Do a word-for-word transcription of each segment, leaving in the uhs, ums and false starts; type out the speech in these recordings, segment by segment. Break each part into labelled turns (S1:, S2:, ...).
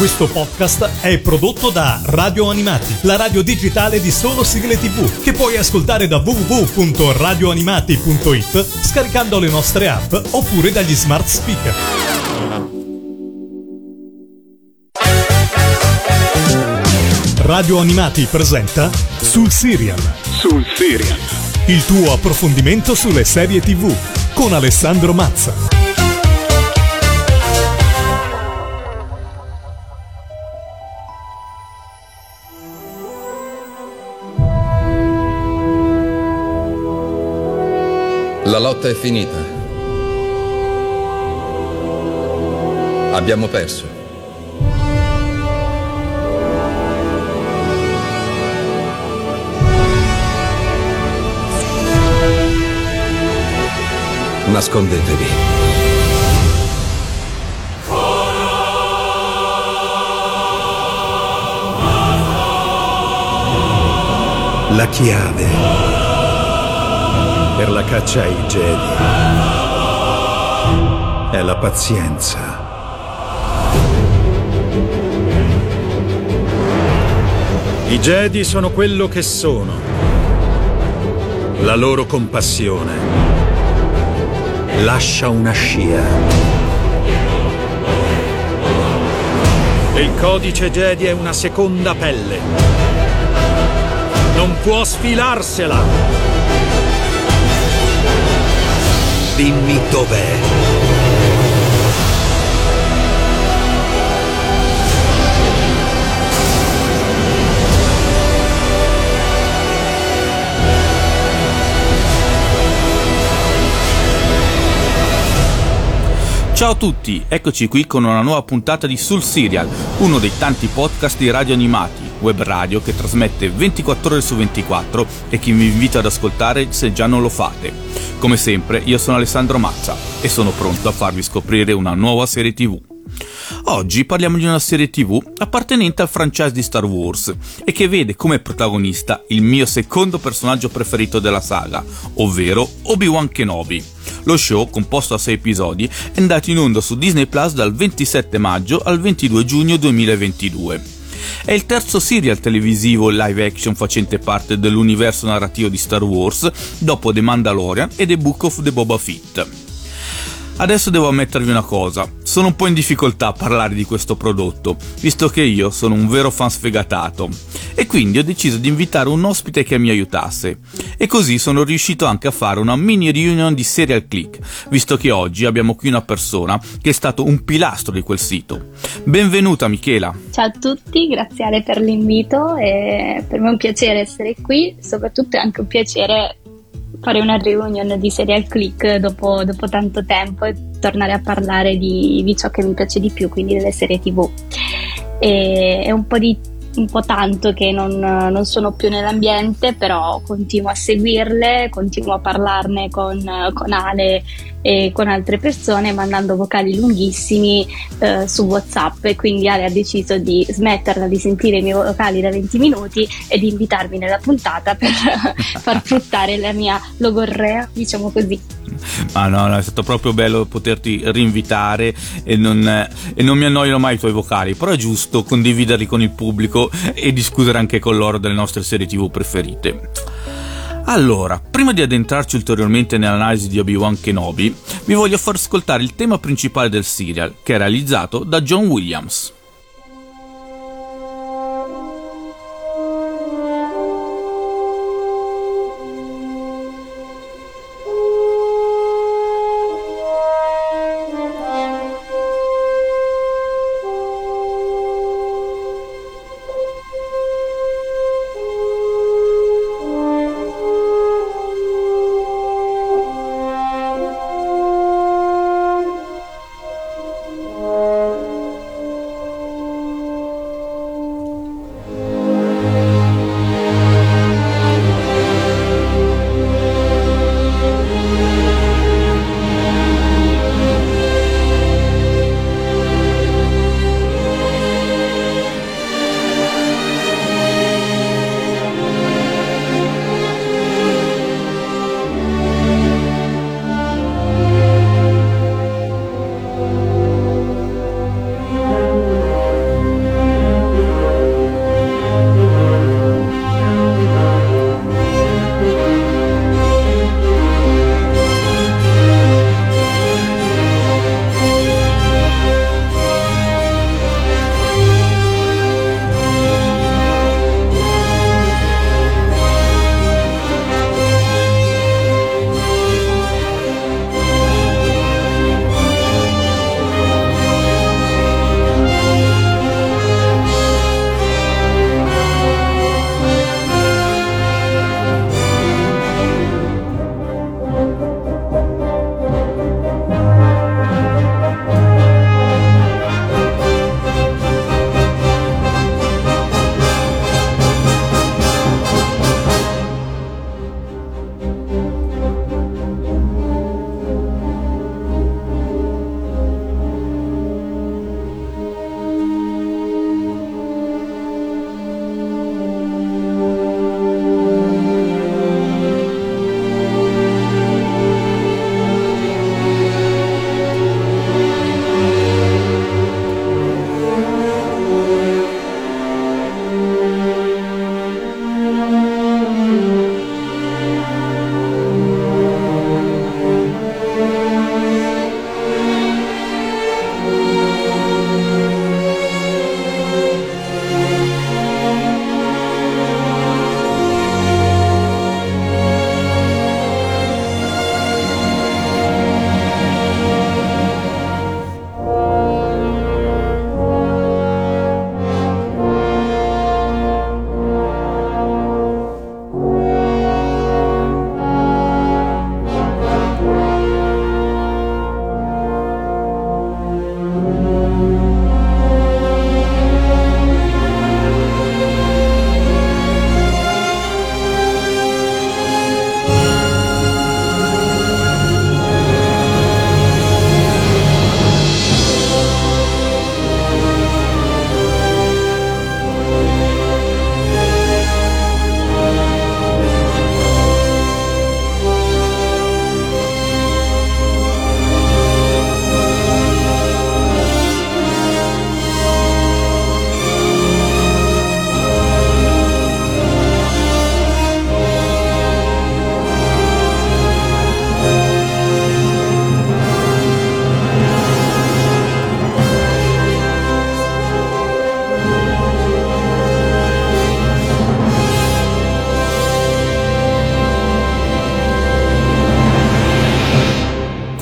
S1: Questo podcast è prodotto da Radio Animati, la radio digitale di solo sigle tivù, che puoi ascoltare da w w w punto radioanimati punto i t scaricando le nostre app oppure dagli smart speaker. Radio Animati presenta Sul Serial.
S2: Sul Serial.
S1: Il tuo approfondimento sulle serie tivù con Alessandro Mazza.
S3: La lotta è finita. Abbiamo perso. Nascondetevi.
S4: La chiave per la caccia ai Jedi è la pazienza. I Jedi sono quello che sono. La loro compassione lascia una scia. Il codice Jedi è una seconda pelle. Non può sfilarsela. Dimmi dov'è.
S5: Ciao a tutti, eccoci qui con una nuova puntata di Sul Serial, uno dei tanti podcast di Radio Animati, web radio che trasmette ventiquattro ore su ventiquattro e che vi invito ad ascoltare se già non lo fate. Come sempre, io sono Alessandro Mazza e sono pronto a farvi scoprire una nuova serie tivù. Oggi parliamo di una serie tivù appartenente al franchise di Star Wars e che vede come protagonista il mio secondo personaggio preferito della saga, ovvero Obi-Wan Kenobi. Lo show, composto da sei episodi, è andato in onda su Disney Plus dal ventisette maggio al ventidue giugno duemilaventidue. È il terzo serial televisivo live action facente parte dell'universo narrativo di Star Wars dopo The Mandalorian e The Book of the Boba Fett. Adesso devo ammettervi una cosa, sono un po' in difficoltà a parlare di questo prodotto, visto che io sono un vero fan sfegatato, e quindi ho deciso di invitare un ospite che mi aiutasse, e così sono riuscito anche a fare una mini reunion di Serial Click, visto che oggi abbiamo qui una persona che è stato un pilastro di quel sito. Benvenuta Michela!
S6: Ciao a tutti, grazie Ale per l'invito, e per me è un piacere essere qui, soprattutto è anche un piacere fare una reunion di Serial Click dopo, dopo tanto tempo e tornare a parlare di, di ciò che mi piace di più, quindi delle serie tivù. E, è un po' di un po' tanto che non, non sono più nell'ambiente, però continuo a seguirle, continuo a parlarne con, con Ale e con altre persone, mandando vocali lunghissimi eh, su WhatsApp, e quindi Ale ha deciso di smetterla di sentire i miei vocali da venti minuti e di invitarmi nella puntata per far fruttare la mia logorrea, diciamo così.
S5: Ma no, no, è stato proprio bello poterti rinvitare e non, e non mi annoiano mai i tuoi vocali, però è giusto condividerli con il pubblico e discutere anche con loro delle nostre serie tivù preferite. Allora, prima di addentrarci ulteriormente nell'analisi di Obi-Wan Kenobi, vi voglio far ascoltare il tema principale del serial, che è realizzato da John Williams.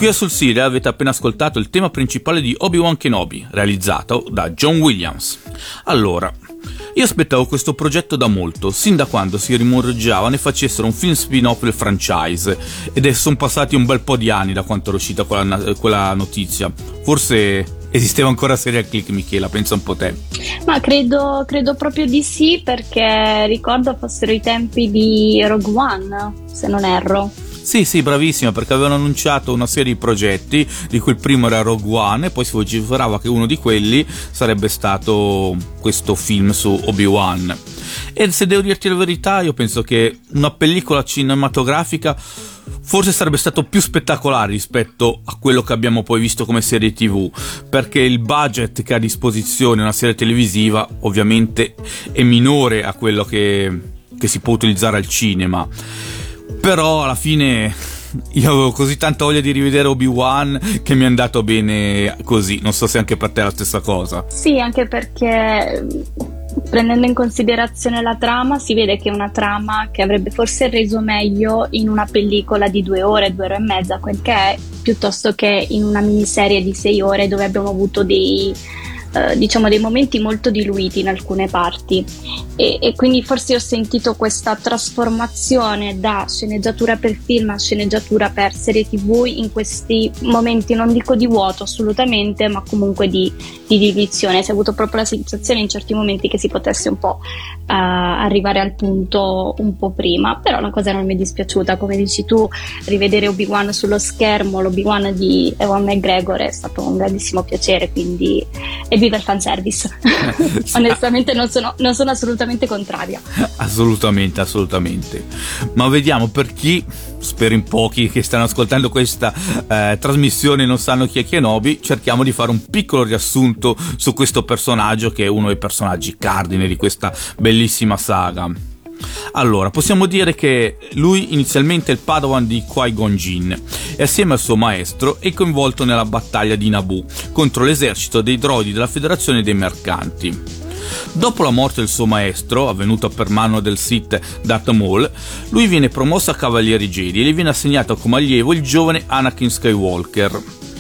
S5: Qui a Sul Serial avete appena ascoltato il tema principale di Obi-Wan Kenobi, realizzato da John Williams. Allora, io aspettavo questo progetto da molto, sin da quando si rimorreggiava ne facessero un film spin-off del franchise, ed sono passati un bel po' di anni da quando era uscita quella, quella notizia. Forse esisteva ancora Serial Click, Michela, pensa un po' te.
S6: Ma credo, credo proprio di sì, perché ricordo fossero i tempi di Rogue One, se non erro.
S5: Sì, sì, bravissima, perché avevano annunciato una serie di progetti, di cui il primo era Rogue One, e poi si vociferava che uno di quelli sarebbe stato questo film su Obi-Wan. E se devo dirti la verità, io penso che una pellicola cinematografica forse sarebbe stato più spettacolare rispetto a quello che abbiamo poi visto come serie tivù, perché il budget che ha a disposizione una serie televisiva ovviamente è minore a quello che, che si può utilizzare al cinema. Però alla fine io avevo così tanta voglia di rivedere Obi-Wan che mi è andato bene così. Non so se anche per te è la stessa cosa.
S6: Sì, anche perché prendendo in considerazione la trama si vede che è una trama che avrebbe forse reso meglio in una pellicola di due ore, due ore e mezza, quel che è, piuttosto che in una miniserie di sei ore dove abbiamo avuto dei Uh, diciamo dei momenti molto diluiti in alcune parti, e, e quindi forse ho sentito questa trasformazione da sceneggiatura per film a sceneggiatura per serie tv in questi momenti, non dico di vuoto assolutamente, ma comunque di, di diluizione. Si è avuto proprio la sensazione in certi momenti che si potesse un po' uh, arrivare al punto un po' prima, però la cosa non mi è dispiaciuta. Come dici tu, rivedere Obi-Wan sullo schermo, l'Obi-Wan di Ewan McGregor, è stato un grandissimo piacere, quindi e viva il fanservice. Onestamente non sono, non sono assolutamente contraria.
S5: Assolutamente, assolutamente. Ma vediamo, per chi, spero in pochi che stanno ascoltando questa eh, trasmissione non sanno chi è Kenobi, cerchiamo di fare un piccolo riassunto su questo personaggio che è uno dei personaggi cardine di questa bellissima saga. Allora, possiamo dire che lui inizialmente è il Padawan di Qui-Gon Jinn e assieme al suo maestro è coinvolto nella battaglia di Naboo contro l'esercito dei droidi della Federazione dei Mercanti. Dopo la morte del suo maestro, avvenuta per mano del Sith Darth Maul, lui viene promosso a Cavaliere Jedi e gli viene assegnato come allievo il giovane Anakin Skywalker.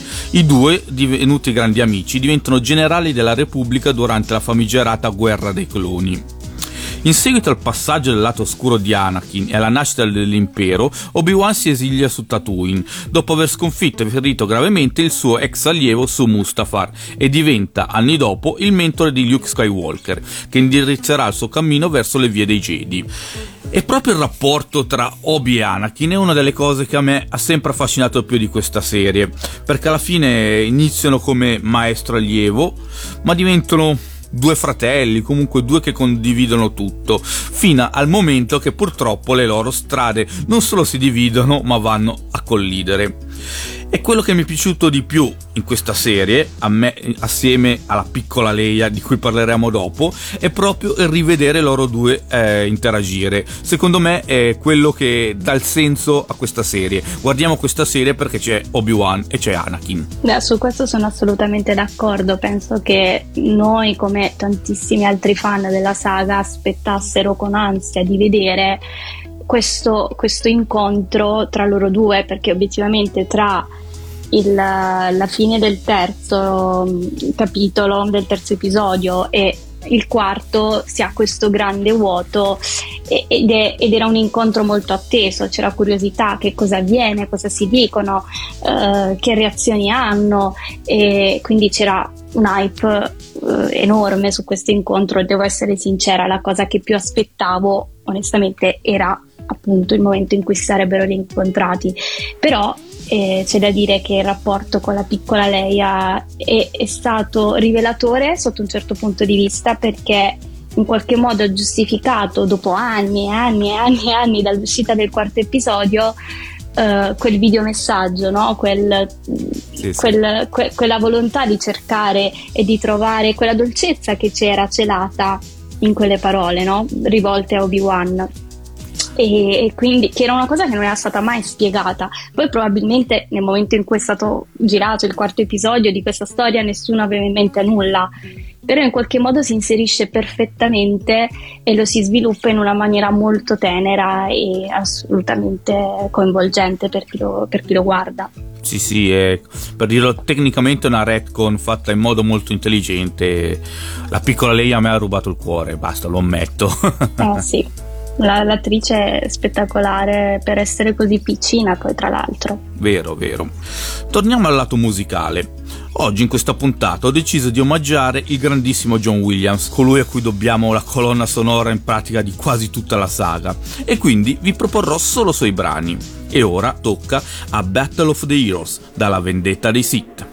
S5: I due, divenuti grandi amici, diventano generali della Repubblica durante la famigerata Guerra dei Cloni. In seguito al passaggio del lato oscuro di Anakin e alla nascita dell'impero, Obi-Wan si esilia su Tatooine, dopo aver sconfitto e ferito gravemente il suo ex allievo su Mustafar, e diventa, anni dopo, il mentore di Luke Skywalker, che indirizzerà il suo cammino verso le vie dei Jedi. E proprio il rapporto tra Obi e Anakin è una delle cose che a me ha sempre affascinato più di questa serie, perché alla fine iniziano come maestro-allievo, ma diventano due fratelli, comunque due che condividono tutto, fino al momento che purtroppo le loro strade non solo si dividono ma vanno a collidere. E quello che mi è piaciuto di più in questa serie, a me assieme alla piccola Leia di cui parleremo dopo, è proprio il rivedere loro due eh, interagire. Secondo me è quello che dà il senso a questa serie. Guardiamo questa serie perché c'è Obi-Wan e c'è Anakin.
S6: Beh, su questo sono assolutamente d'accordo. Penso che noi, come tantissimi altri fan della saga, aspettassero con ansia di vedere questo, questo incontro tra loro due, perché obiettivamente tra il, la fine del terzo capitolo, del terzo episodio, e il quarto si ha questo grande vuoto, ed, è, ed era un incontro molto atteso. C'era curiosità, che cosa avviene, cosa si dicono, eh, che reazioni hanno, e quindi c'era un hype eh, enorme su questo incontro. E devo essere sincera, la cosa che più aspettavo onestamente era appunto il momento in cui si sarebbero rincontrati. Però eh, c'è da dire che il rapporto con la piccola Leia è, è stato rivelatore sotto un certo punto di vista, perché in qualche modo ha giustificato, dopo anni e anni e anni e anni dall'uscita del quarto episodio, Uh, quel videomessaggio, no? quel, sì, quel, sì. Que, quella volontà di cercare e di trovare quella dolcezza che c'era celata in quelle parole, no? Rivolte a Obi-Wan, e, e quindi che era una cosa che non era stata mai spiegata. Poi probabilmente nel momento in cui è stato girato il quarto episodio di questa storia nessuno aveva in mente nulla, però in qualche modo si inserisce perfettamente e lo si sviluppa in una maniera molto tenera e assolutamente coinvolgente per chi lo, per chi lo guarda.
S5: Sì, sì, è, per dirlo tecnicamente è una retcon fatta in modo molto intelligente. La piccola Leia mi ha rubato il cuore, basta, lo ammetto.
S6: Eh sì, la, l'attrice è spettacolare per essere così piccina, poi tra l'altro.
S5: Vero, vero. Torniamo al lato musicale. Oggi in questa puntata ho deciso di omaggiare il grandissimo John Williams, colui a cui dobbiamo la colonna sonora in pratica di quasi tutta la saga, e quindi vi proporrò solo suoi brani. E ora tocca a Battle of the Heroes, dalla vendetta dei Sith.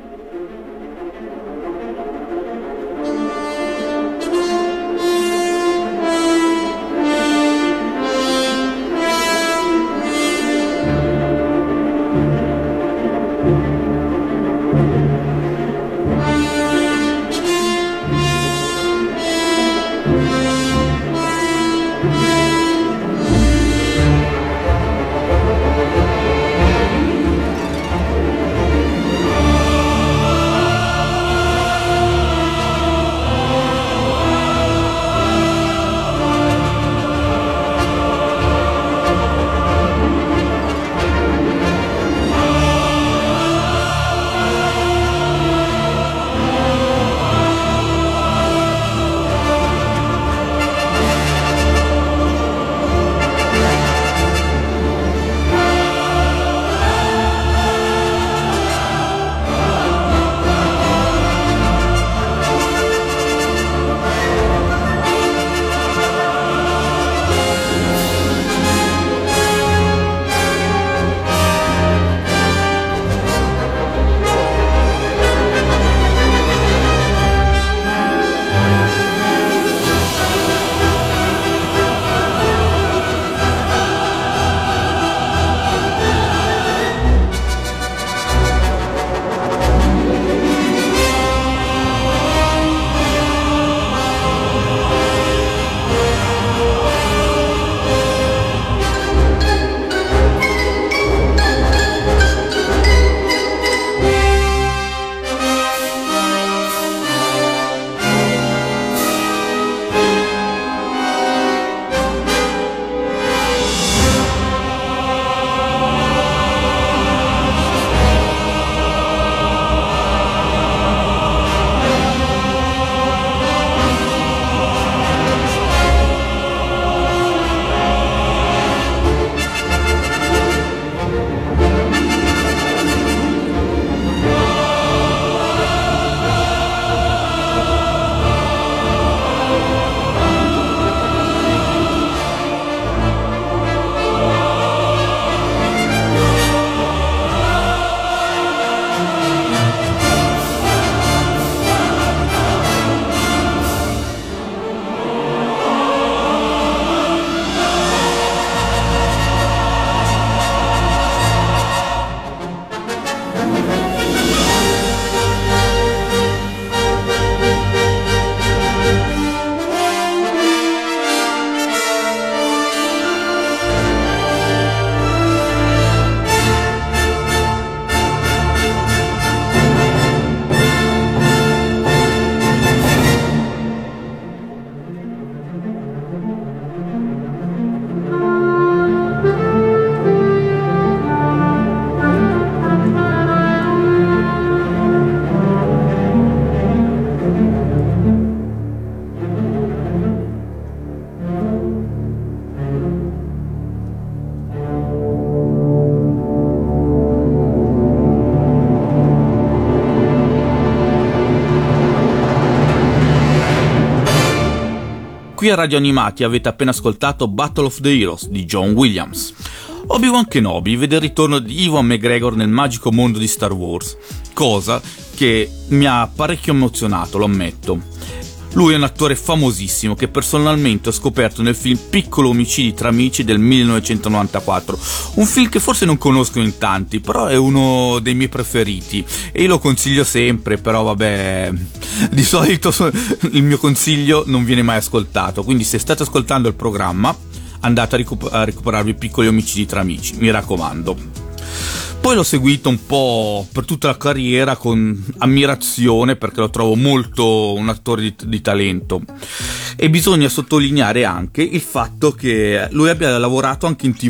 S5: Qui a Radio Animati avete appena ascoltato Battle of the Heroes di John Williams. Obi-Wan Kenobi vede il ritorno di Ewan McGregor nel magico mondo di Star Wars, cosa che mi ha parecchio emozionato, lo ammetto. Lui è un attore famosissimo che personalmente ho scoperto nel film Piccolo omicidi tra amici del millenovecentonovantaquattro, un film che forse non conoscono in tanti, però è uno dei miei preferiti e io lo consiglio sempre, però vabbè, di solito il mio consiglio non viene mai ascoltato, quindi se state ascoltando il programma andate a, recuper- a recuperarvi Piccoli omicidi tra amici, mi raccomando. Poi l'ho seguito un po' per tutta la carriera con ammirazione perché lo trovo molto un attore di, di talento, e bisogna sottolineare anche il fatto che lui abbia lavorato anche in tivù,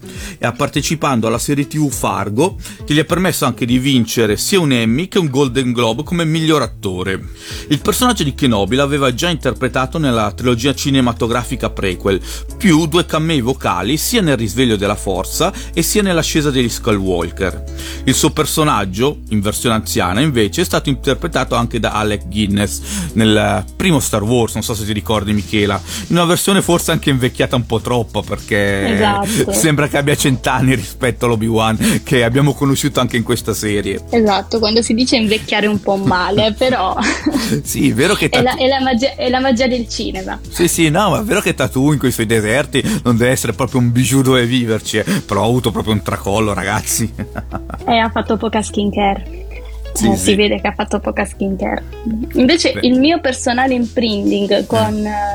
S5: e partecipando alla serie tivù Fargo, che gli ha permesso anche di vincere sia un Emmy che un Golden Globe come miglior attore. Il personaggio di Kenobi l'aveva già interpretato nella trilogia cinematografica prequel, più due camei vocali sia nel Risveglio della Forza e sia nell'ascesa degli Skywalker. Il suo personaggio, in versione anziana, invece, è stato interpretato anche da Alec Guinness nel primo Star Wars, non so se ti ricordi Michela, in una versione forse anche invecchiata un po' troppo, perché
S6: esatto.
S5: Sembra che abbia cent'anni rispetto all'Obi-Wan che abbiamo conosciuto anche in questa serie.
S6: Esatto, quando si dice invecchiare un po' male, però
S5: sì, è vero che
S6: Tatu- è, la, è, la magia, è la magia del cinema.
S5: Sì, sì, no, ma è vero che Tatooine con i suoi deserti non deve essere proprio un bijou dove viverci, eh. Però ha avuto proprio un tracollo, ragazzi.
S6: E ha fatto poca skincare.
S5: Sì,
S6: eh,
S5: sì.
S6: Si vede che ha fatto poca skincare. Invece
S5: Beh.
S6: il mio personale imprinting con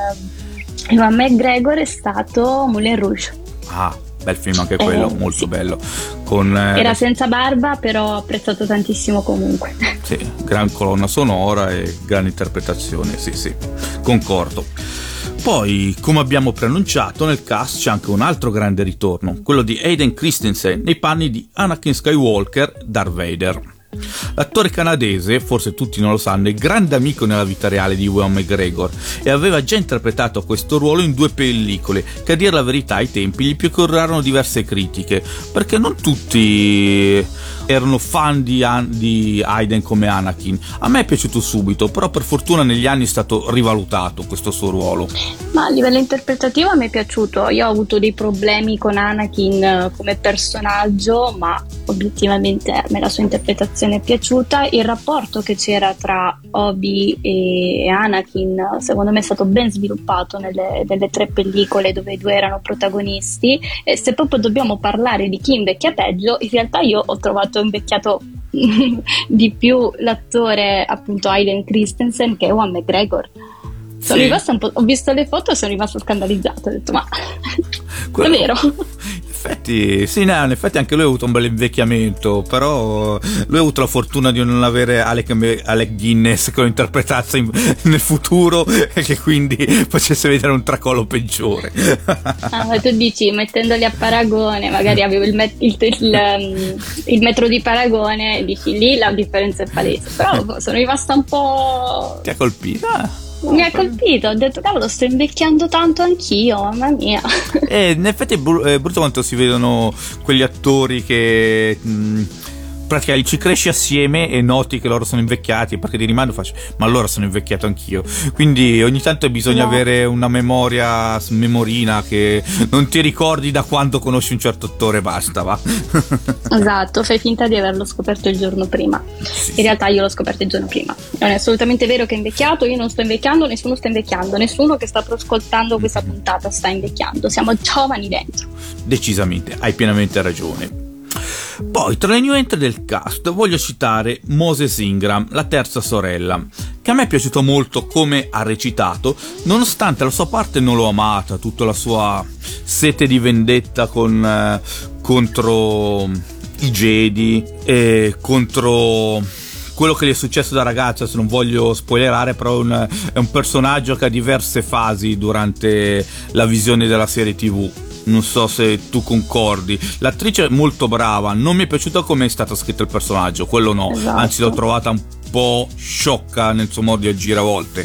S6: uh, Ewan McGregor è stato Moulin Rouge.
S5: Ah, bel film anche quello,
S6: Eh,
S5: molto
S6: sì.
S5: bello. Con, eh,
S6: Era senza barba, però ho apprezzato tantissimo comunque.
S5: sì, gran colonna sonora e gran interpretazione, sì, sì, concordo. Poi, come abbiamo preannunciato, nel cast c'è anche un altro grande ritorno, quello di Hayden Christensen nei panni di Anakin Skywalker, Darth Vader. L'attore canadese, forse tutti non lo sanno, è grande amico nella vita reale di Ewan McGregor e aveva già interpretato questo ruolo in due pellicole che, a dire la verità, ai tempi gli procurarono diverse critiche, perché non tutti erano fan di, An- di Hayden come Anakin. A me è piaciuto subito, però per fortuna negli anni è stato rivalutato questo suo ruolo.
S6: Ma a livello interpretativo a me è piaciuto. Io ho avuto dei problemi con Anakin eh, come personaggio, ma obiettivamente a me la sua interpretazione è piaciuta. Il rapporto che c'era tra Obi e Anakin secondo me è stato ben sviluppato nelle, nelle tre pellicole dove i due erano protagonisti, e se proprio dobbiamo parlare di chi invecchia peggio, in realtà io ho trovato invecchiato di più l'attore appunto Hayden Christensen che Ewan McGregor. Sono
S5: Sì.
S6: rimasta un po', ho visto le foto e sono rimasta scandalizzata, ho detto ma
S5: Quello-
S6: è vero?
S5: In effetti, sì, no, in effetti anche lui ha avuto un bel invecchiamento, però lui ha avuto la fortuna di non avere Alec, Alec Guinness che lo interpretasse in- nel futuro e che quindi facesse vedere un tracollo peggiore.
S6: Ah, ma tu dici, mettendoli a paragone, magari avevo il, met- il, il, um, il metro di paragone e dici lì la differenza è palese, però sono rimasta un po'...
S5: Ti ha colpito? Ah.
S6: Mi ha colpito, ho detto cavolo sto invecchiando tanto anch'io, mamma mia.
S5: E in effetti è, bru- è brutto quanto si vedono quegli attori che mh, praticamente ci cresci assieme e noti che loro sono invecchiati, perché di rimando faccio ma allora sono invecchiato anch'io, quindi ogni tanto bisogna
S6: No.
S5: avere una memoria memorina che non ti ricordi da quando conosci un certo attore, basta, va.
S6: Esatto, fai finta di averlo scoperto il giorno prima. In realtà io l'ho scoperto il giorno prima. Non è assolutamente vero che è invecchiato, io non sto invecchiando, nessuno sta invecchiando, nessuno che sta ascoltando questa puntata sta invecchiando, siamo giovani dentro.
S5: Decisamente, hai pienamente ragione. Poi, tra le new entry del cast, voglio citare Moses Ingram, la terza sorella, che a me è piaciuto molto come ha recitato, nonostante la sua parte non l'ho amata, tutta la sua sete di vendetta con, eh, contro i Jedi e contro quello che gli è successo da ragazza. Se non voglio spoilerare, però è un, è un personaggio che ha diverse fasi durante la visione della serie tivù. Non so se tu concordi. L'attrice è molto brava, non mi è piaciuta come è stato scritto il personaggio, quello no,
S6: Esatto.
S5: anzi l'ho trovata un po' sciocca nel suo modo di agire a volte.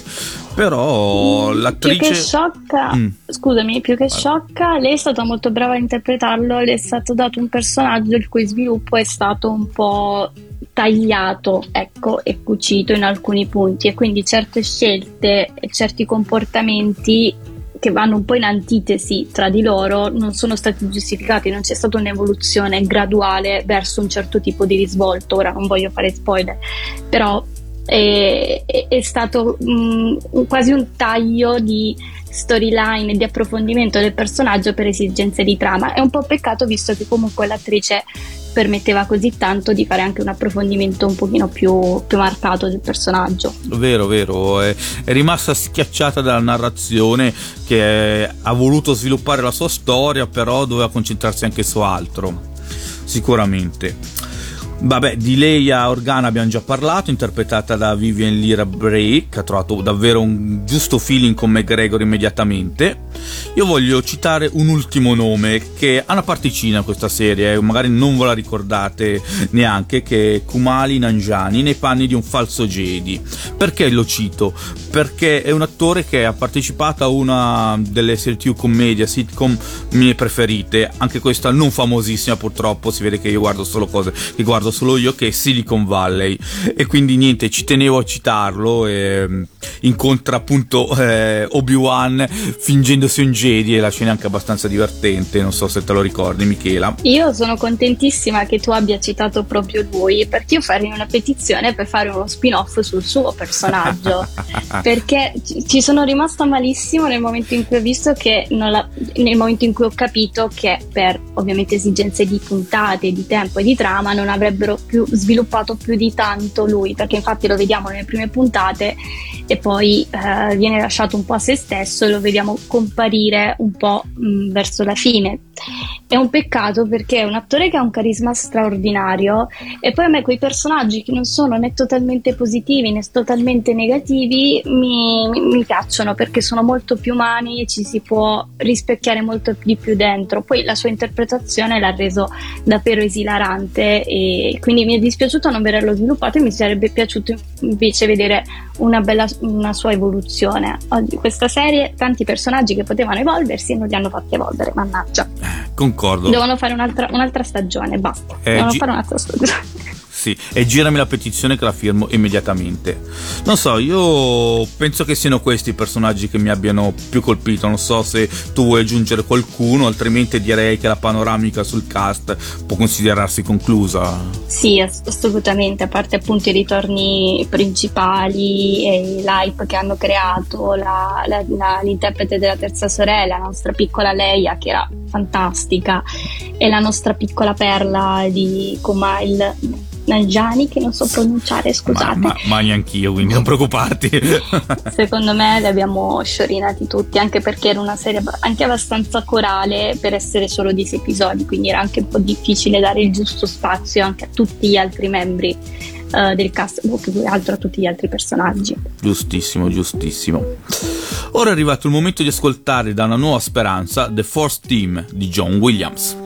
S5: Però l'attrice
S6: Più che sciocca,
S5: Mm.
S6: scusami, più che sciocca, lei è stata molto brava a interpretarlo, le è stato dato un personaggio il cui sviluppo è stato un po' tagliato, ecco, e cucito in alcuni punti, e quindi certe scelte e certi comportamenti che vanno un po' in antitesi tra di loro non sono stati giustificati, non c'è stata un'evoluzione graduale verso un certo tipo di risvolto. Ora non voglio fare spoiler, però è, è, è stato mh, quasi un taglio di storyline e di approfondimento del personaggio per esigenze di trama. È un po' peccato, visto che comunque l'attrice permetteva così tanto di fare anche un approfondimento un pochino più, più marcato del personaggio.
S5: Vero, vero, è, è rimasta schiacciata dalla narrazione che è, ha voluto sviluppare la sua storia, però doveva concentrarsi anche su altro, sicuramente. Vabbè, di Leia Organa abbiamo già parlato, interpretata da Vivien Lyra Bray, che ha trovato davvero un giusto feeling con McGregor immediatamente. Io voglio citare un ultimo nome che ha una particina in questa serie, eh, magari non ve la ricordate neanche, che è Kumail Nanjiani nei panni di un falso Jedi. Perché lo cito? Perché è un attore che ha partecipato a una delle serie tivù commedia, sitcom mie preferite, anche questa non famosissima purtroppo, si vede che io guardo solo cose che guardo solo io, che è Silicon Valley, e quindi niente, ci tenevo a citarlo. E incontra appunto eh, Obi-Wan fingendosi un Jedi, e la scena è anche abbastanza divertente, non so se te lo ricordi, Michela.
S6: Io sono contentissima che tu abbia citato proprio lui, perché io farei una petizione per fare uno spin-off sul suo personaggio perché ci sono rimasta malissimo nel momento in cui ho visto che non la, nel momento in cui ho capito che per ovviamente esigenze di puntate, di tempo e di trama non avrebbero più sviluppato più di tanto lui, perché infatti lo vediamo nelle prime puntate e poi eh, viene lasciato un po' a se stesso e lo vediamo comparire un po' mh, verso la fine. È un peccato perché è un attore che ha un carisma straordinario, e poi a me quei personaggi che non sono né totalmente positivi né totalmente negativi mi, mi, mi piacciono, perché sono molto più umani e ci si può rispecchiare molto di più dentro. Poi la sua interpretazione l'ha reso davvero esilarante, e quindi mi è dispiaciuto non vederlo sviluppato, e mi sarebbe piaciuto invece vedere una bella una sua evoluzione. Oggi questa serie, tanti personaggi che potevano evolversi e non li hanno fatti evolvere, mannaggia.
S5: Concordo.
S6: Devono fare un'altra, un'altra stagione, basta.
S5: Eh,
S6: Devono
S5: gi-
S6: fare un'altra stagione.
S5: Sì, e girami la petizione che la firmo immediatamente. Non so, io penso che siano questi i personaggi che mi abbiano più colpito. Non so se tu vuoi aggiungere qualcuno, altrimenti direi che la panoramica sul cast può considerarsi conclusa.
S6: Sì, assolutamente, a parte appunto i ritorni principali e l'hype che hanno creato, la, la, la, l'interprete della terza sorella, la nostra piccola Leia, che era fantastica, e la nostra piccola perla di Kumail Nanjiani, che non so pronunciare, scusate.
S5: Ma, ma, ma neanch'io, quindi non preoccuparti.
S6: Secondo me li abbiamo sciorinati tutti, anche perché era una serie anche abbastanza corale per essere solo di sei episodi, quindi era anche un po' difficile dare il giusto spazio anche a tutti gli altri membri uh, del cast, o più che altro a tutti gli altri personaggi.
S5: Giustissimo, giustissimo. Ora è arrivato il momento di ascoltare da una nuova speranza The Force Team di John Williams.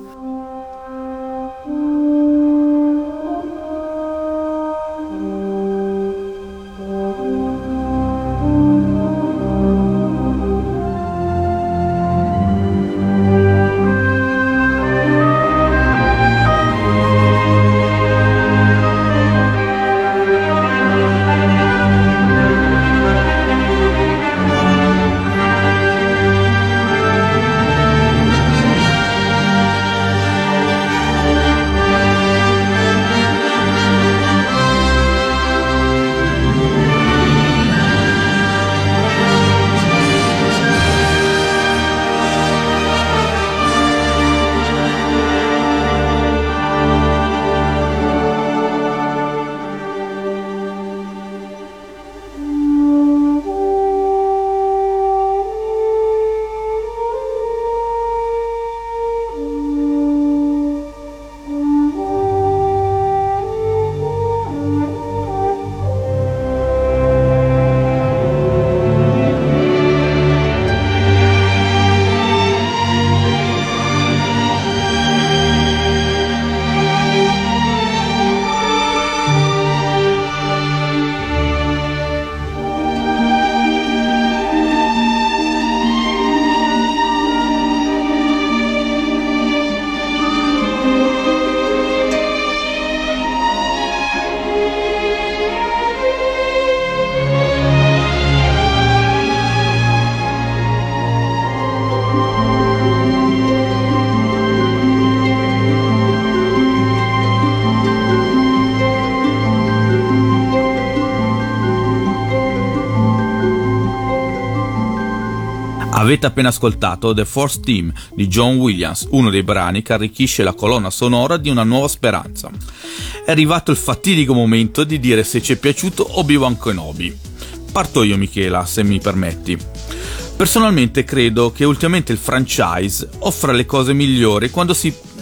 S5: Avete appena ascoltato The Force Team di John Williams, uno dei brani che arricchisce la colonna sonora di Una nuova speranza. È arrivato il fatidico momento di dire se ci è piaciuto Obi-Wan Kenobi. Parto io, Michela, se mi permetti. Personalmente credo che ultimamente il franchise offra le cose migliori quando si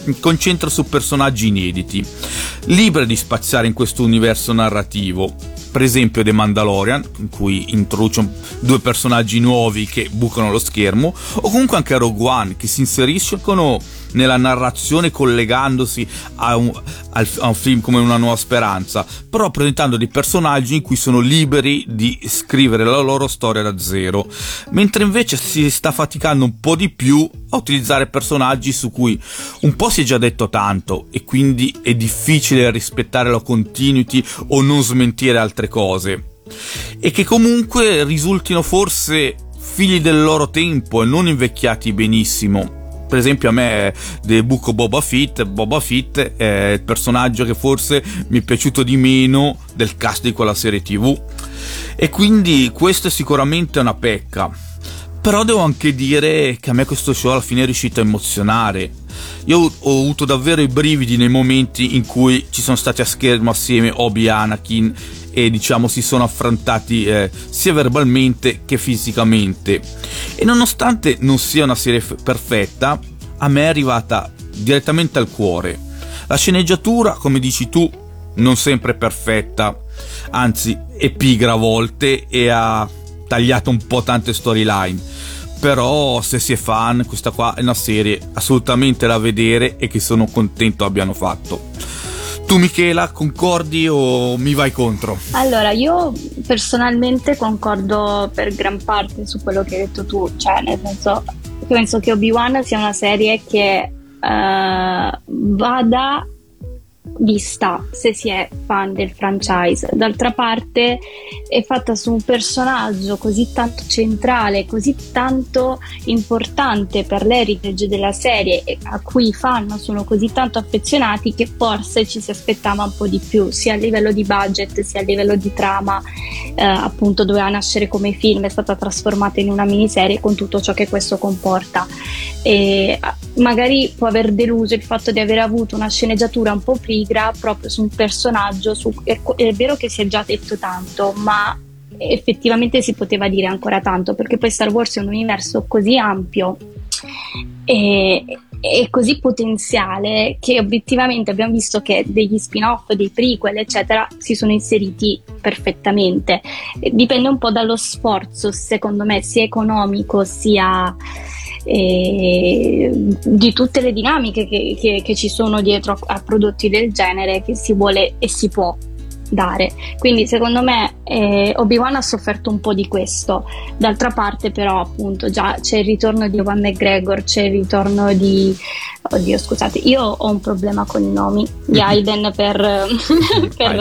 S5: concentra su personaggi inediti, liberi di spaziare in questo universo narrativo. Per esempio The Mandalorian, in cui introduce due personaggi nuovi che bucano lo schermo, o comunque anche Rogue One, che si inseriscono nella narrazione collegandosi a un, a un film come Una Nuova Speranza, però presentando dei personaggi in cui sono liberi di scrivere la loro storia da zero, mentre invece si sta faticando un po' di più a utilizzare personaggi su cui un po' si è già detto tanto e quindi è difficile rispettare la continuity o non smentire altre cose, e che comunque risultino forse figli del loro tempo e non invecchiati benissimo. Per esempio a me The Book of Boba Fett, Boba Fett è il personaggio che forse mi è piaciuto di meno del cast di quella serie tv, e quindi questo è sicuramente una pecca. Però devo anche dire che a me questo show alla fine è riuscito a emozionare. Io ho avuto davvero i brividi nei momenti in cui ci sono stati a schermo assieme Obi e Anakin e diciamo si sono affrontati eh, sia verbalmente che fisicamente, e nonostante non sia una serie f- perfetta, a me è arrivata direttamente al cuore. La sceneggiatura, come dici tu, non sempre è perfetta, anzi è pigra a volte e ha tagliato un po' tante storyline, però se si è fan questa qua è una serie assolutamente da vedere e che sono contento abbiano fatto. Tu Michela, concordi o mi vai contro?
S6: Allora, io personalmente concordo per gran parte su quello che hai detto tu, cioè nel senso, penso che Obi-Wan sia una serie che uh, vada vista se si è fan del franchise. D'altra parte è fatta su un personaggio così tanto centrale, così tanto importante per l'heritage della serie, e a cui i fan sono così tanto affezionati, che forse ci si aspettava un po' di più, sia a livello di budget sia a livello di trama. Eh, appunto doveva nascere come film, è stata trasformata in una miniserie con tutto ciò che questo comporta, e magari può aver deluso il fatto di aver avuto una sceneggiatura un po' pigra proprio su un personaggio su, è, è vero che si è già detto tanto, ma effettivamente si poteva dire ancora tanto, perché poi Star Wars è un universo così ampio e, e così potenziale che obiettivamente abbiamo visto che degli spin-off, dei prequel eccetera si sono inseriti perfettamente. Dipende un po' dallo sforzo, secondo me, sia economico sia e di tutte le dinamiche che, che, che ci sono dietro a, a prodotti del genere, che si vuole e si può dare. Quindi secondo me eh, Obi-Wan ha sofferto un po' di questo. D'altra parte però appunto già c'è il ritorno di Ewan McGregor, c'è il ritorno di oddio scusate, io ho un problema con i nomi di Hayden per, per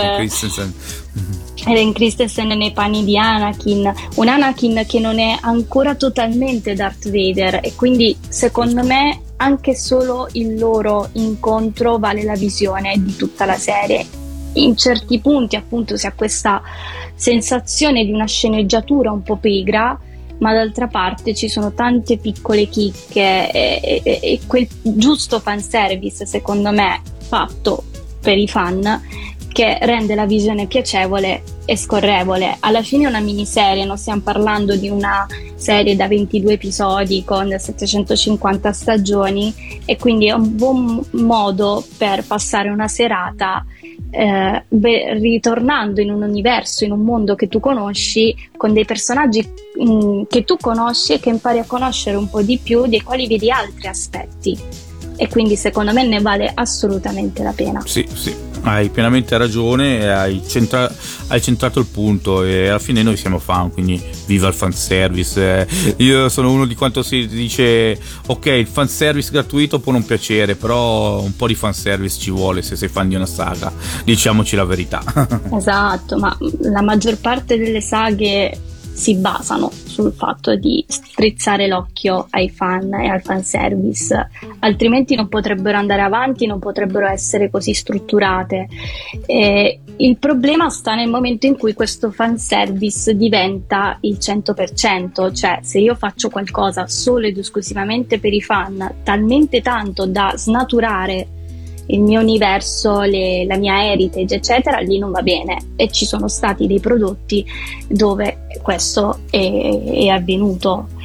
S6: Hayden Christensen nei panni di Anakin, un Anakin che non è ancora totalmente Darth Vader, e quindi secondo me anche solo il loro incontro vale la visione di tutta la serie. In certi punti appunto si ha questa sensazione di una sceneggiatura un po' pigra, ma d'altra parte ci sono tante piccole chicche e, e, e quel giusto fanservice secondo me fatto per i fan che rende la visione piacevole e scorrevole. Alla fine è una miniserie, non stiamo parlando di una serie da ventidue episodi con settecentocinquanta stagioni, e quindi è un buon modo per passare una serata eh, be- ritornando in un universo, in un mondo che tu conosci, con dei personaggi mh, che tu conosci e che impari a conoscere un po' di più, dei quali vedi altri aspetti, e quindi secondo me ne vale assolutamente la pena.
S5: Sì, sì, hai pienamente ragione, hai, centra- hai centrato il punto, e alla fine noi siamo fan, quindi viva il fanservice. Eh, io sono uno di quanto si dice ok, il fanservice gratuito può non piacere, però un po' di fanservice ci vuole se sei fan di una saga, diciamoci la verità.
S6: Esatto, ma la maggior parte delle saghe si basano sul fatto di strizzare l'occhio ai fan e al fanservice, altrimenti non potrebbero andare avanti, non potrebbero essere così strutturate. E il problema sta nel momento in cui questo fanservice diventa il cento per cento, cioè se io faccio qualcosa solo ed esclusivamente per i fan, talmente tanto da snaturare il mio universo, le, la mia heritage eccetera, lì non va bene, e ci sono stati dei prodotti dove questo è, è avvenuto.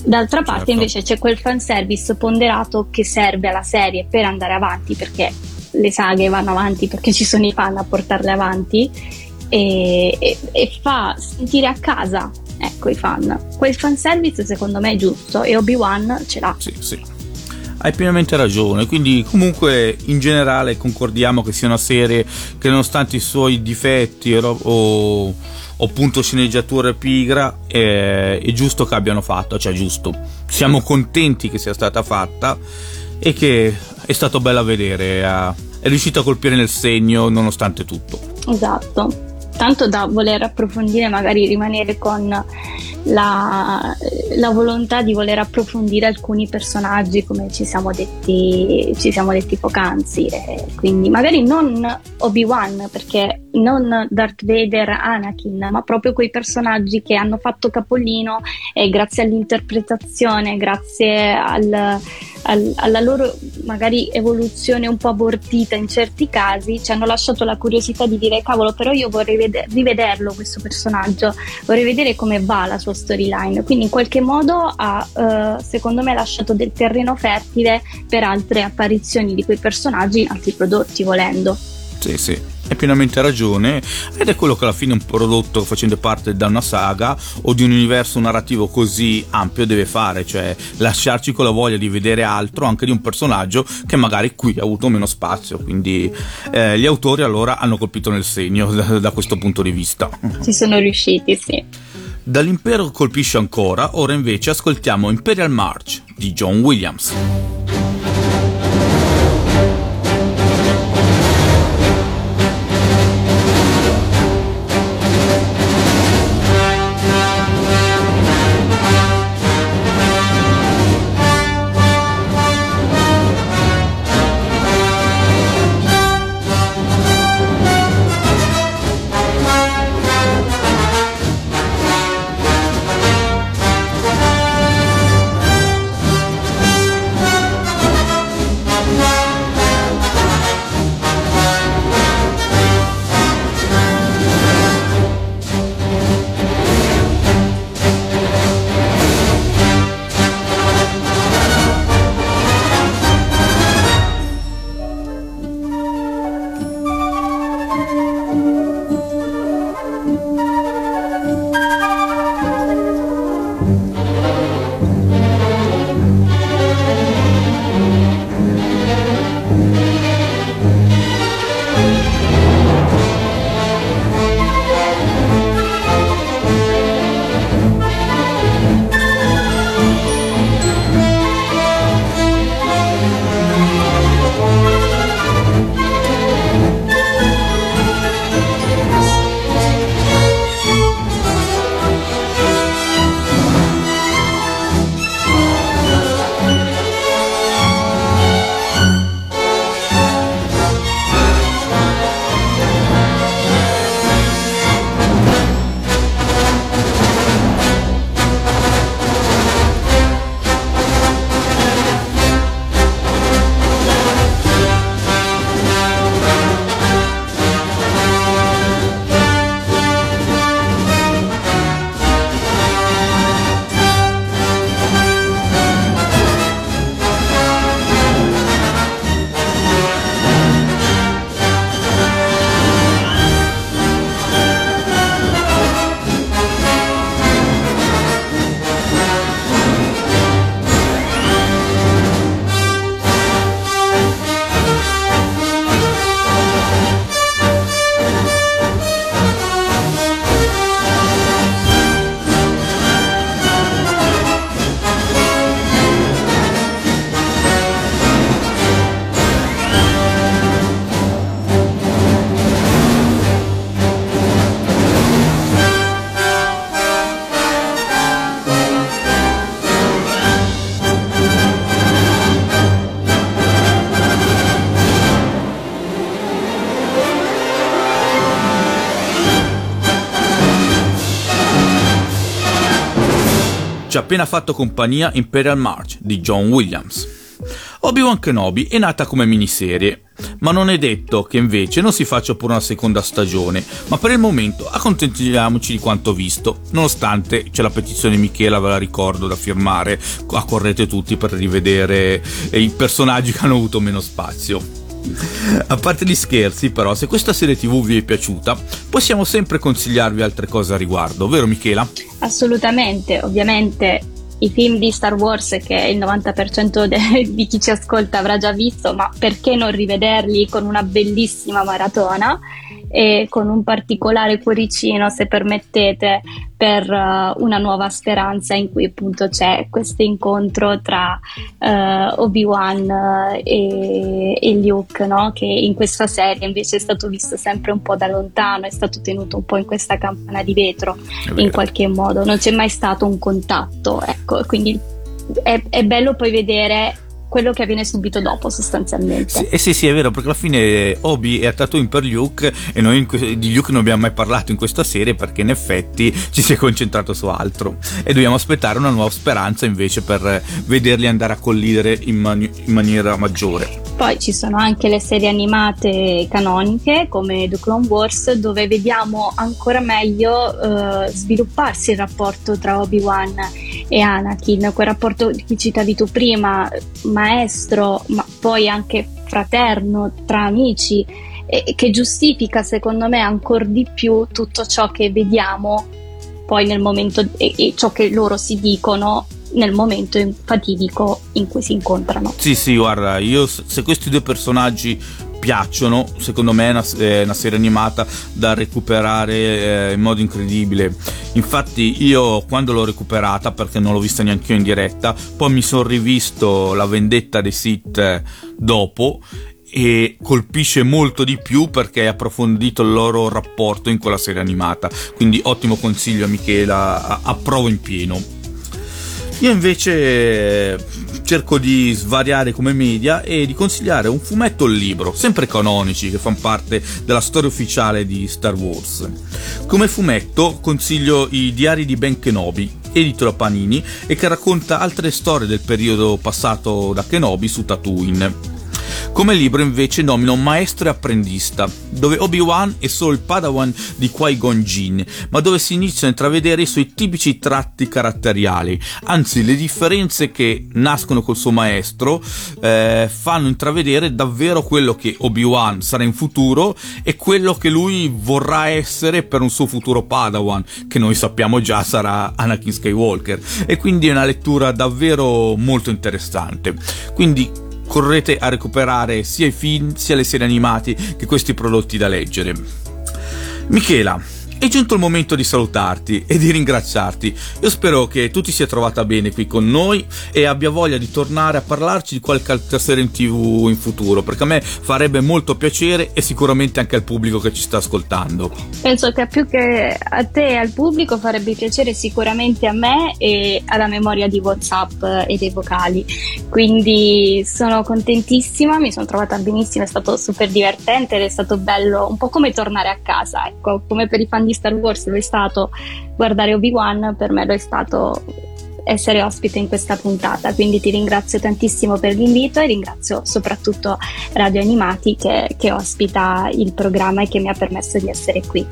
S6: D'altra parte
S5: certo.
S6: invece c'è quel fanservice ponderato che serve alla serie per andare avanti, perché le saghe vanno avanti perché ci sono i fan a portarle avanti, e, e, e fa sentire a casa, ecco, i fan. Quel fanservice secondo me è giusto e Obi-Wan ce l'ha.
S5: Sì, sì. Hai pienamente ragione, quindi comunque in generale concordiamo che sia una serie che nonostante i suoi difetti o, o, o appunto sceneggiatura pigra è, è giusto che abbiano fatto, cioè giusto, siamo contenti che sia stata fatta e che è stato bello a vedere, è riuscito a colpire nel segno nonostante tutto.
S6: Esatto, tanto da voler approfondire, magari rimanere con la, la volontà di voler approfondire alcuni personaggi, come ci siamo detti ci siamo detti poc'anzi, e quindi magari non Obi-Wan, perché non Darth Vader, Anakin, ma proprio quei personaggi che hanno fatto capolino e grazie all'interpretazione, grazie al, al, alla loro magari evoluzione un po' abortita in certi casi, ci hanno lasciato la curiosità di dire cavolo, però io vorrei veder- rivederlo questo personaggio, vorrei vedere come va la sua storyline, quindi in qualche modo ha eh, secondo me lasciato del terreno fertile per altre apparizioni di quei personaggi in altri prodotti, volendo.
S5: Sì, sì, hai pienamente ragione, ed è quello che alla fine un prodotto facendo parte da una saga o di un universo narrativo così ampio deve fare, cioè lasciarci con la voglia di vedere altro anche di un personaggio che magari qui ha avuto meno spazio, quindi eh, gli autori allora hanno colpito nel segno da, da questo punto di vista.
S6: Ci sono riusciti, sì.
S5: Dall'impero colpisce ancora, ora invece ascoltiamo Imperial March di John Williams. Ci ha appena fatto compagnia Imperial March di John Williams. Obi-Wan Kenobi è nata come miniserie, ma non è detto che invece non si faccia pure una seconda stagione, ma per il momento accontentiamoci di quanto visto, nonostante c'è la petizione di Michela, ve la ricordo, da firmare, accorrete tutti per rivedere i personaggi che hanno avuto meno spazio. A parte gli scherzi, però, se questa serie tv vi è piaciuta, possiamo sempre consigliarvi altre cose a riguardo, vero Michela?
S6: Assolutamente, ovviamente i film di Star Wars che il novanta per cento de- di chi ci ascolta avrà già visto, ma perché non rivederli con una bellissima maratona e con un particolare cuoricino, se permettete, per uh, una nuova speranza, in cui appunto c'è questo incontro tra uh, Obi-Wan uh, e, e Luke, no? Che in questa serie invece è stato visto sempre un po' da lontano, è stato tenuto un po' in questa campana di vetro in qualche modo, non c'è mai stato un contatto, ecco, quindi è, è bello poi vedere quello che avviene subito dopo, sostanzialmente.
S5: Sì, eh sì, sì, è vero, perché alla fine Obi è a Tatooine per Luke e noi in que- di Luke non abbiamo mai parlato in questa serie, perché in effetti ci si è concentrato su altro e dobbiamo aspettare una nuova speranza invece per vederli andare a collidere in, mani- in maniera maggiore.
S6: Poi ci sono anche le serie animate canoniche come The Clone Wars, dove vediamo ancora meglio uh, svilupparsi il rapporto tra Obi-Wan e Anakin, quel rapporto che citavi tu prima, maestro, ma poi anche fraterno, tra amici, e che giustifica secondo me ancora di più tutto ciò che vediamo poi nel momento, e, e ciò che loro si dicono nel momento fatidico in cui si incontrano.
S5: Sì, sì, guarda, io se questi due personaggi piacciono, secondo me è una, è una serie animata da recuperare eh, in modo incredibile. Infatti io quando l'ho recuperata, perché non l'ho vista neanche io in diretta, poi mi sono rivisto La vendetta dei Sith dopo, e colpisce molto di più perché è approfondito il loro rapporto in quella serie animata, quindi ottimo consiglio a Michela, approvo in pieno. Io invece cerco di svariare come media e di consigliare un fumetto o il libro, sempre canonici, che fanno parte della storia ufficiale di Star Wars. Come fumetto consiglio i Diari di Ben Kenobi, edito da Panini, e che racconta altre storie del periodo passato da Kenobi su Tatooine. Come libro invece nomino Maestro e apprendista, dove Obi-Wan è solo il padawan di Qui-Gon Jinn, ma dove si iniziano a intravedere i suoi tipici tratti caratteriali, anzi le differenze che nascono col suo maestro eh, fanno intravedere davvero quello che Obi-Wan sarà in futuro e quello che lui vorrà essere per un suo futuro padawan, che noi sappiamo già sarà Anakin Skywalker, e quindi è una lettura davvero molto interessante. Quindi correte a recuperare sia i film sia le serie animate che questi prodotti da leggere. Michela, è giunto il momento di salutarti e di ringraziarti. Io spero che tu ti sia trovata bene qui con noi e abbia voglia di tornare a parlarci di qualche altra serie in tv in futuro, perché a me farebbe molto piacere e sicuramente anche al pubblico che ci sta ascoltando.
S6: Penso che più che a te e al pubblico farebbe piacere sicuramente a me e alla memoria di WhatsApp e dei vocali, quindi sono contentissima, mi sono trovata benissimo, è stato super divertente ed è stato bello, un po' come tornare a casa, ecco, come per i fan di Star Wars lo è stato guardare Obi-Wan, per me lo è stato essere ospite in questa puntata, quindi ti ringrazio tantissimo per l'invito e ringrazio soprattutto Radio Animati che, che ospita il programma e che mi ha permesso di essere qui,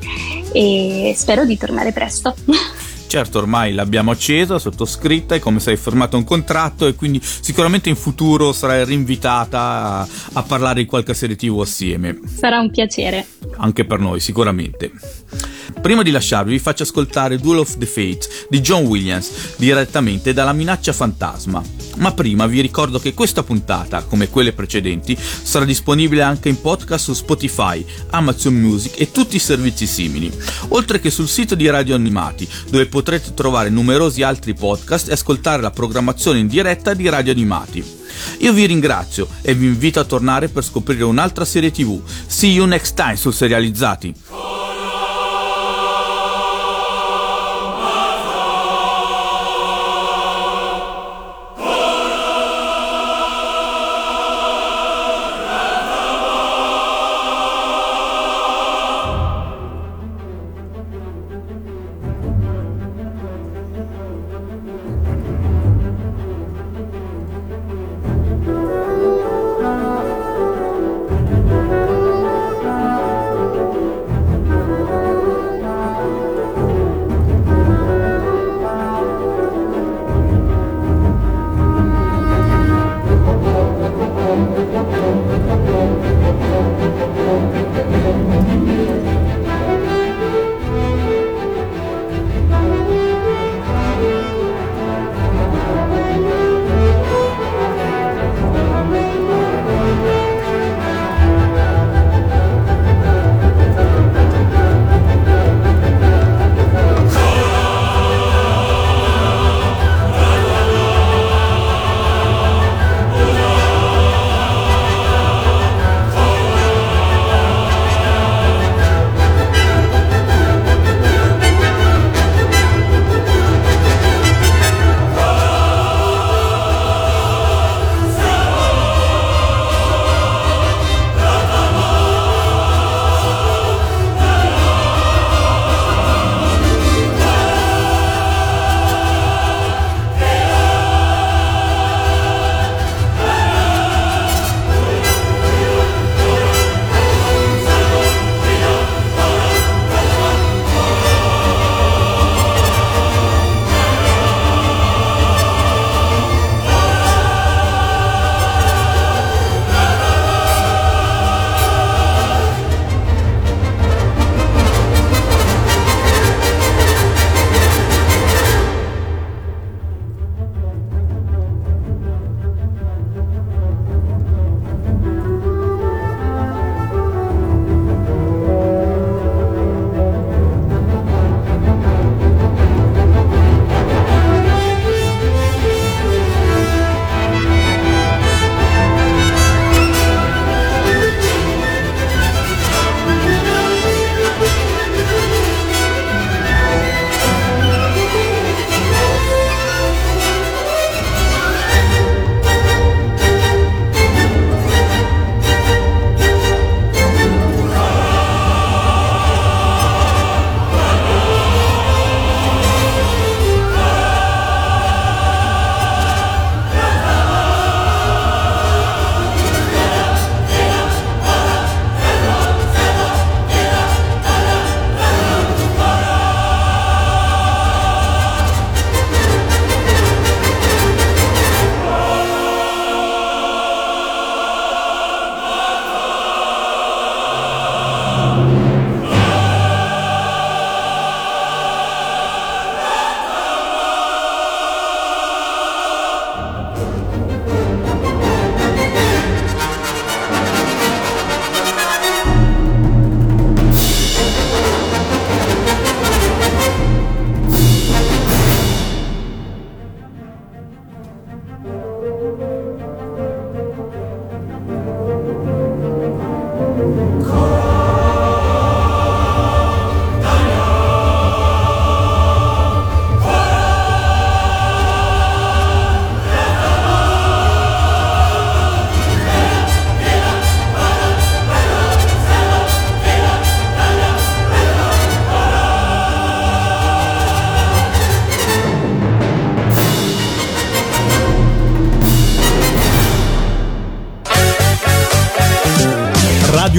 S6: e spero di tornare presto.
S5: Certo, ormai l'abbiamo accesa, sottoscritta, e come sai firmato un contratto, e quindi sicuramente in futuro sarai rinvitata a, a parlare di qualche serie tv assieme.
S6: Sarà un piacere.
S5: Anche per noi, sicuramente. Prima di lasciarvi vi faccio ascoltare Duel of the Fates di John Williams, direttamente dalla Minaccia Fantasma. Ma prima vi ricordo che questa puntata, come quelle precedenti, sarà disponibile anche in podcast su Spotify, Amazon Music e tutti i servizi simili, oltre che sul sito di Radio Animati, dove potrete trovare numerosi altri podcast e ascoltare la programmazione in diretta di Radio Animati. Io vi ringrazio e vi invito a tornare per scoprire un'altra serie tv. See you next time su Serializzati.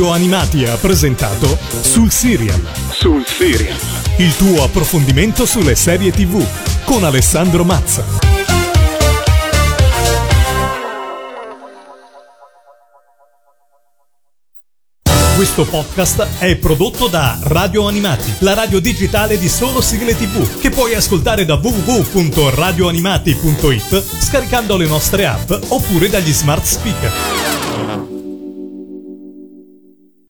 S1: Radio Animati ha presentato Sul Serial.
S2: Sul Serial.
S1: Il tuo approfondimento sulle serie tivù con Alessandro Mazza. Questo podcast è prodotto da Radio Animati, la radio digitale di solo sigle tivù, che puoi ascoltare da w w w punto radio animati punto it scaricando le nostre app oppure dagli smart speaker.